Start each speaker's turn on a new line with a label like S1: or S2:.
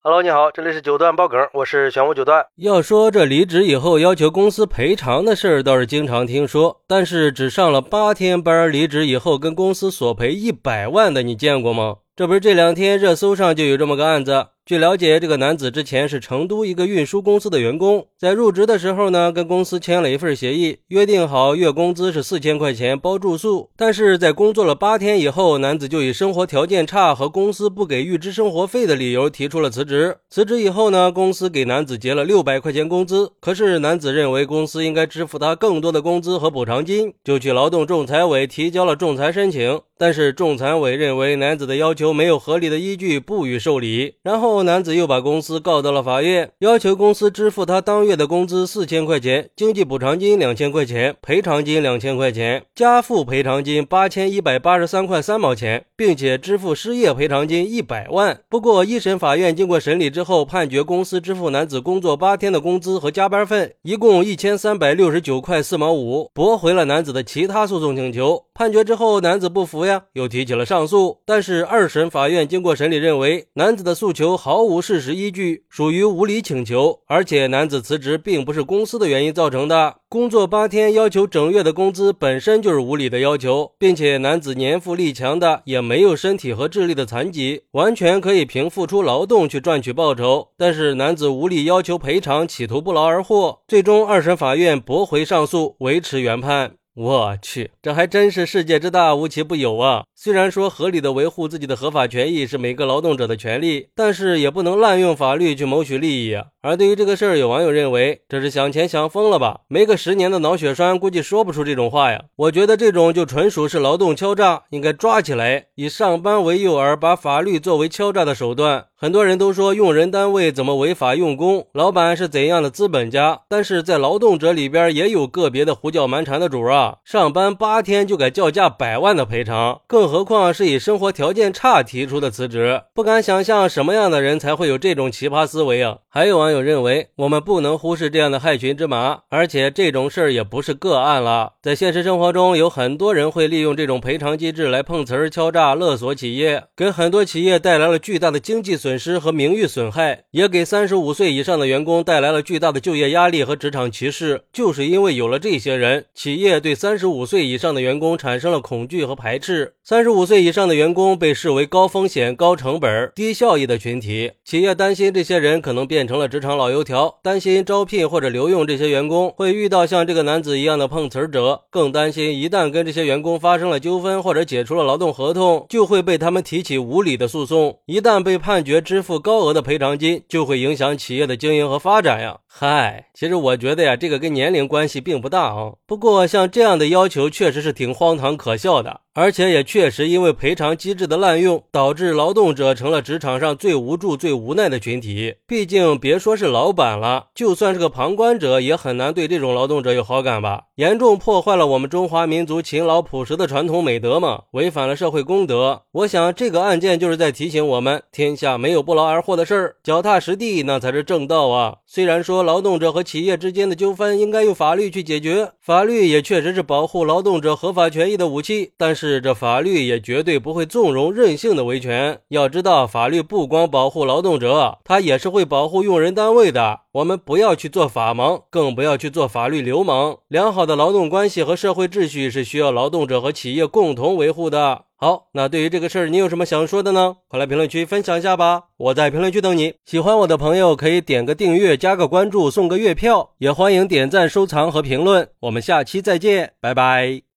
S1: Hello，你好，这里是九段爆梗，我是玄武九段。
S2: 要说这离职以后要求公司赔偿的事儿，倒是经常听说，但是只上了8天班，离职以后跟公司索赔100万的，你见过吗？这不是这2天热搜上就有这么个案子。据了解，这个男子之前是成都一个运输公司的员工，在入职的时候呢，跟公司签了一份协议，约定好月工资是4000块钱包住宿。但是在工作了8天以后，男子就以生活条件差和公司不给预支生活费的理由提出了辞职。辞职以后呢，公司给男子结了600块钱工资，可是男子认为公司应该支付他更多的工资和补偿金，就去劳动仲裁委提交了仲裁申请。但是仲裁委认为男子的要求没有合理的依据，不予受理。然后男子又把公司告到了法院，要求公司支付他当月的工资4000块钱，经济补偿金2000块钱，赔偿金2000块钱，加付赔偿金8183块3毛钱，并且支付失业赔偿金100万。不过一审法院经过审理之后，判决公司支付男子工作8天的工资和加班费，一共1369块4毛5，驳回了男子的其他诉讼请求。判决之后，男子不服呀，又提起了上诉，但是2审法院经过审理认为，男子的诉求毫无事实依据，属于无理请求，而且男子辞职并不是公司的原因造成的，工作8天要求整月的工资本身就是无理的要求，并且男子年富力强的，也没有身体和智力的残疾，完全可以凭付出劳动去赚取报酬，但是男子无理要求赔偿，企图不劳而获，最终2审法院驳回上诉，维持原判。我去，这还真是世界之大无奇不有啊！虽然说合理的维护自己的合法权益是每个劳动者的权利，但是也不能滥用法律去谋取利益啊。而对于这个事儿，有网友认为这是想钱想疯了吧，没个10年的脑血栓估计说不出这种话呀。我觉得这种就纯属是劳动敲诈，应该抓起来，以上班为诱饵，把法律作为敲诈的手段。很多人都说用人单位怎么违法用工，老板是怎样的资本家，但是在劳动者里边也有个别的胡搅蛮缠的主啊，上班8天就敢叫价100万的赔偿，更何况是以生活条件差提出的辞职，不敢想象什么样的人才会有这种奇葩思维啊。还有网友认为，我们不能忽视这样的害群之马，而且这种事儿也不是个案了，在现实生活中有很多人会利用这种赔偿机制来碰瓷儿、敲诈、勒索企业，给很多企业带来了巨大的经济损失和名誉损害，也给35岁以上的员工带来了巨大的就业压力和职场歧视。就是因为有了这些人，企业对35岁以上的员工产生了恐惧和排斥。35岁以上的员工被视为高风险、高成本、低效益的群体，企业担心这些人可能变成了职场老油条，担心招聘或者留用这些员工会遇到像这个男子一样的碰瓷者，更担心一旦跟这些员工发生了纠纷或者解除了劳动合同，就会被他们提起无理的诉讼，一旦被判决支付高额的赔偿金，就会影响企业的经营和发展呀。嗨，其实我觉得呀，这个跟年龄关系并不大啊。不过像这样的要求确实是挺荒唐可笑的，而且也确实因为赔偿机制的滥用，导致劳动者成了职场上最无助、最无奈的群体。毕竟别说是老板了，就算是个旁观者，也很难对这种劳动者有好感吧。严重破坏了我们中华民族勤劳朴实的传统美德嘛，违反了社会公德。我想这个案件就是在提醒我们，天下没有不劳而获的事儿，脚踏实地那才是正道啊。虽然说劳动者和企业之间的纠纷应该用法律去解决，法律也确实是保护劳动者合法权益的武器，但是这法律也绝对不会纵容任性的维权。要知道，法律不光保护劳动者，它也是会保护用人单位的。我们不要去做法盲，更不要去做法律流氓。良好的劳动关系和社会秩序是需要劳动者和企业共同维护的。好，那对于这个事儿，你有什么想说的呢？快来评论区分享一下吧，我在评论区等你。喜欢我的朋友可以点个订阅，加个关注，送个月票，也欢迎点赞、收藏和评论。我们下期再见，拜拜。